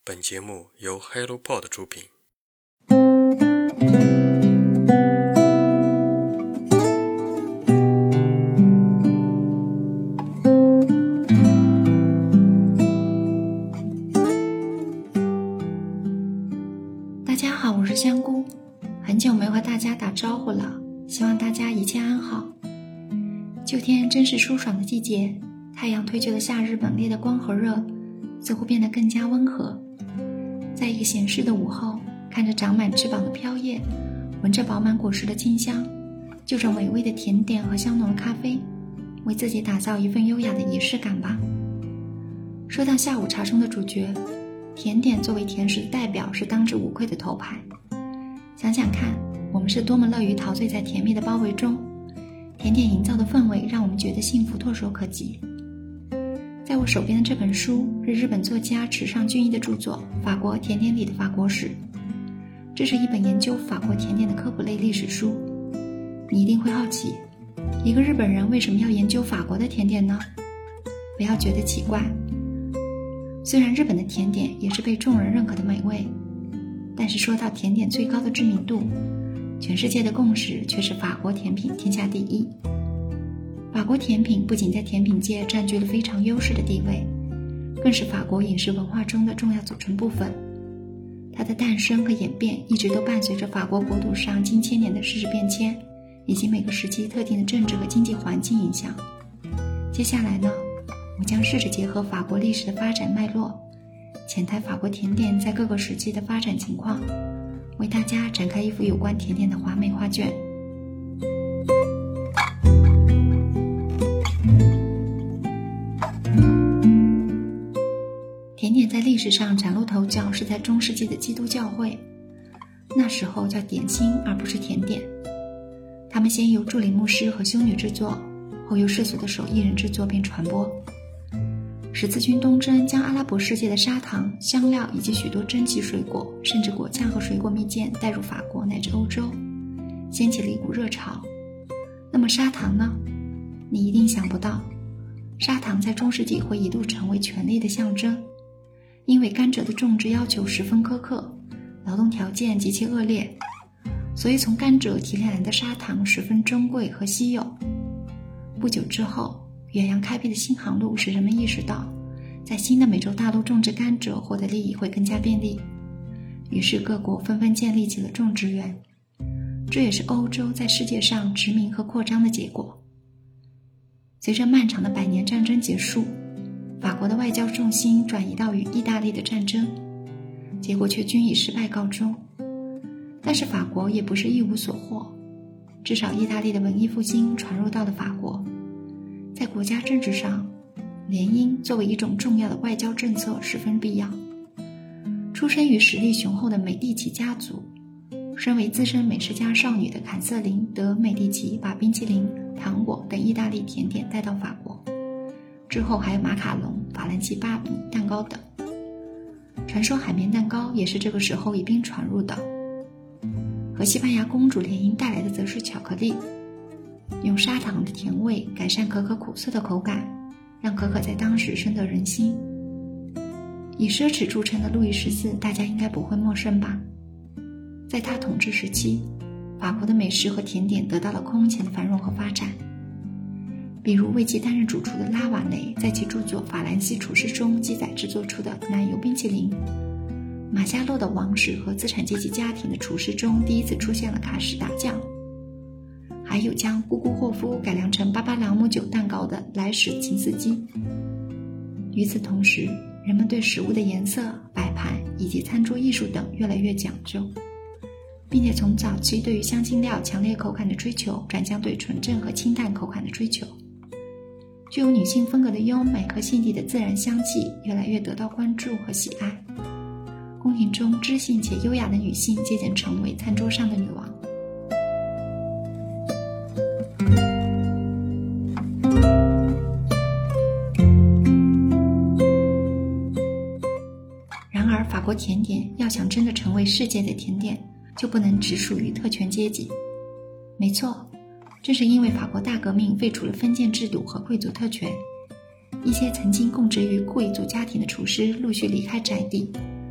本节目由 HelloPod 出品。 大家好，我是香菇，很久没和大家打招呼了，希望大家一切安好。秋天真是舒爽的季节，太阳褪去了夏日猛烈的光和热，似乎变得更加温和。在一个闲适的午后，看着长满翅膀的飘叶，闻着饱满果实的清香，就着美味的甜点和香浓的咖啡，为自己打造一份优雅的仪式感吧。说到下午茶中的主角，甜点作为甜食的代表是当之无愧的头牌。想想看，我们是多么乐于陶醉在甜蜜的包围中，甜点营造的氛围让我们觉得幸福唾手可及。在我手边的这本书是日本作家池上俊一的著作《法国甜点里的法国史》，这是一本研究法国甜点的科普类历史书。你一定会好奇，一个日本人为什么要研究法国的甜点呢？不要觉得奇怪，虽然日本的甜点也是被众人认可的美味，但是说到甜点最高的知名度，全世界的共识却是法国甜品天下第一。法国甜品不仅在甜品界占据了非常优势的地位，更是法国饮食文化中的重要组成部分。它的诞生和演变一直都伴随着法国国土上近千年的世事变迁，以及每个时期特定的政治和经济环境影响。接下来呢，我将试着结合法国历史的发展脉络，浅谈法国甜点在各个时期的发展情况，为大家展开一幅有关甜点的华美画卷。甜点在历史上崭露头角是在中世纪的基督教会，那时候叫点心而不是甜点。他们先由助理牧师和修女制作，后由世俗的手艺人制作并传播。十字军东征将阿拉伯世界的砂糖、香料以及许多珍奇水果，甚至果酱和水果蜜饯带入法国乃至欧洲，掀起了一股热潮。那么砂糖呢？你一定想不到，砂糖在中世纪会一度成为权力的象征。因为甘蔗的种植要求十分苛刻，劳动条件极其恶劣，所以从甘蔗提炼来的砂糖十分珍贵和稀有。不久之后，远洋开辟的新航路使人们意识到，在新的美洲大陆种植甘蔗获得利益会更加便利，于是各国纷纷建立起了种植园，这也是欧洲在世界上殖民和扩张的结果。随着漫长的100年战争结束，法国的外交重心转移到与意大利的战争，结果却均以失败告终。但是法国也不是一无所获，至少意大利的文艺复兴传入到了法国。在国家政治上，联姻作为一种重要的外交政策十分必要。出身于实力雄厚的美第奇家族，身为资深美食家少女的坎瑟琳·德·美第奇把冰淇淋、糖果等意大利甜点带到法国，之后还有马卡龙、法兰西巴米蛋糕等。传说海绵蛋糕也是这个时候一并传入的。和西班牙公主联姻带来的则是巧克力，用砂糖的甜味改善可可苦涩的口感，让可可在当时深得人心。以奢侈著称的路易14大家应该不会陌生吧。在他统治时期，法国的美食和甜点得到了空前的繁荣和发展。比如为其担任主厨的拉瓦雷在其著作《法兰西厨师》中记载制作出的奶油冰淇淋，马夏洛的王室和资产阶级家庭的厨师中第一次出现了卡士达酱，还有将姑姑霍夫改良成巴巴朗姆酒蛋糕的莱史琴斯基。与此同时，人们对食物的颜色、摆盘以及餐桌艺术等越来越讲究，并且从早期对于香辛料强烈口感的追求转向对纯正和清淡口感的追求。具有女性风格的优美和细腻的自然香气越来越得到关注和喜爱，宫廷中知性且优雅的女性渐渐成为餐桌上的女王。然而法国甜点要想真的成为世界的甜点，就不能只属于特权阶级。没错，正是因为法国大革命废除了封建制度和贵族特权，一些曾经供职于贵族家庭的厨师陆续离开宅地，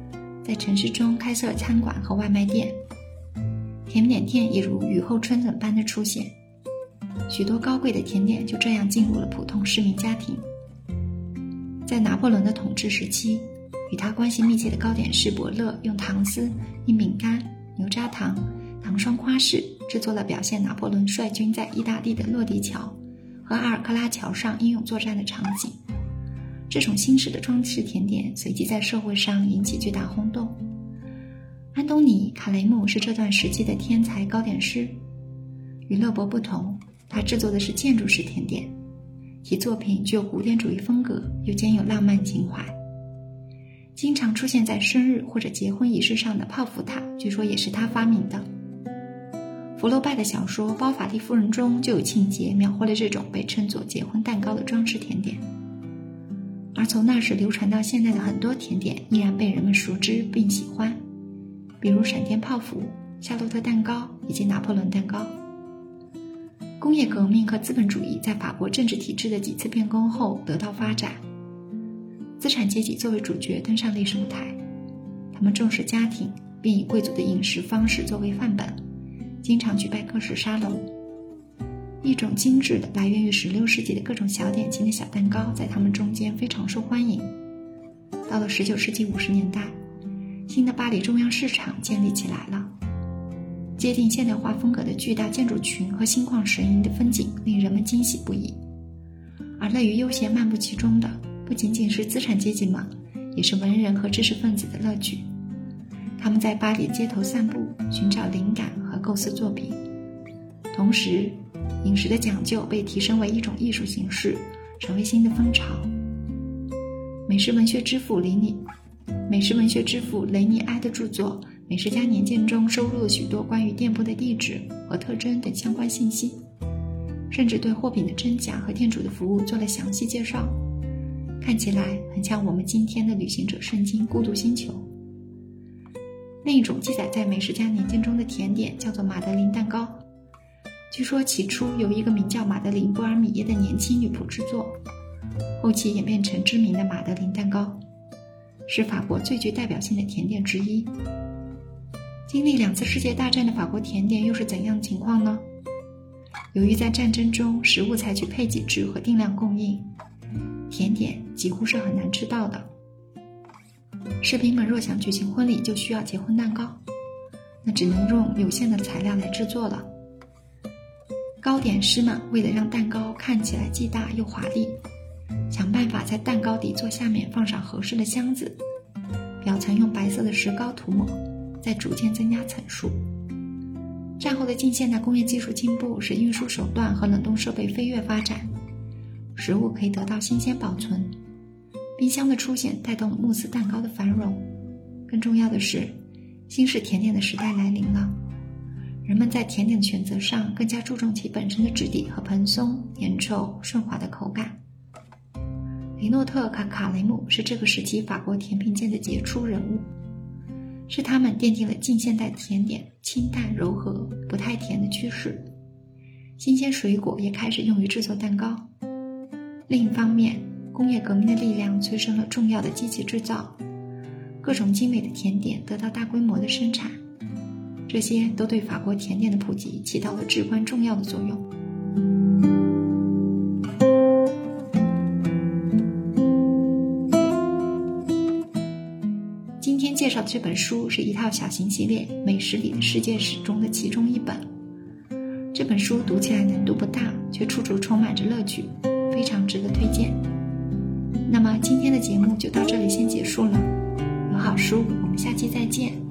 在城市中开设餐馆和外卖店，甜点店也如雨后春笋般的出现，许多高贵的甜点就这样进入了普通市民家庭。在拿破仑的统治时期，与他关系密切的糕点师伯乐用糖丝、硬饼干、牛轧糖、糖霜夸饰制作了表现拿破仑率军在意大利的洛迪桥和阿尔克拉桥上英勇作战的场景。这种新式的装饰甜点随即在社会上引起巨大轰动。安东尼·卡雷姆是这段时期的天才糕点师，与勒伯不同，他制作的是建筑式甜点，其作品具有古典主义风格，又兼有浪漫情怀。经常出现在生日或者结婚仪式上的泡芙塔，据说也是他发明的。福楼拜的小说《包法利夫人》中就有情节描绘了这种被称作结婚蛋糕的装饰甜点。而从那时流传到现在的很多甜点依然被人们熟知并喜欢，比如闪电泡芙、夏洛特蛋糕以及拿破仑蛋糕。工业革命和资本主义在法国政治体制的几次变更后得到发展，资产阶级作为主角登上历史舞台，他们重视家庭，并以贵族的饮食方式作为范本，经常举办各式沙龙。一种精致的来源于16世纪的各种小点心的小蛋糕在他们中间非常受欢迎。到了19世纪50年代，新的巴黎中央市场建立起来了，接近现代化风格的巨大建筑群和心旷神怡的风景令人们惊喜不已。而乐于悠闲漫步其中的不仅仅是资产阶级们，也是文人和知识分子的乐趣。他们在巴黎街头散步，寻找灵感和构思作品。同时，饮食的讲究被提升为一种艺术形式，成为新的风潮。美食文学之父雷尼埃的著作《美食家年鉴》中收录了许多关于店铺的地址和特征等相关信息，甚至对货品的真假和店主的服务做了详细介绍，看起来很像我们今天的旅行者圣经《孤独星球》。另一种记载在《美食家年鉴》中的甜点叫做马德琳蛋糕，据说起初由一个名叫马德琳·布尔米耶的年轻女仆制作，后期演变成知名的马德琳蛋糕，是法国最具代表性的甜点之一。经历2次世界大战的法国甜点又是怎样情况呢？由于在战争中食物采取配给制和定量供应，甜点几乎是很难吃到的。士兵们若想举行婚礼，就需要结婚蛋糕，那只能用有限的材料来制作了。糕点师们为了让蛋糕看起来既大又华丽，想办法在蛋糕底座下面放上合适的箱子，表层用白色的石膏涂抹，再逐渐增加层数。战后的近现代工业技术进步使运输手段和冷冻设备飞跃发展，食物可以得到新鲜保存。冰箱的出现带动了慕斯蛋糕的繁荣。更重要的是，新式甜点的时代来临了，人们在甜点的选择上更加注重其本身的质地和蓬松、粘稠、顺滑的口感。雷诺特·卡雷姆是这个时期法国甜品界的杰出人物，是他们奠定了近现代甜点清淡柔和、不太甜的趋势。新鲜水果也开始用于制作蛋糕。另一方面，工业革命的力量催生了重要的机器制造，各种精美的甜点得到大规模的生产，这些都对法国甜点的普及起到了至关重要的作用。今天介绍的这本书是一套小型系列《美食里的世界史》中的其中一本。这本书读起来难度不大，却处处充满着乐趣，非常值得推荐。那么今天的节目就到这里先结束了，有好书我们下期再见。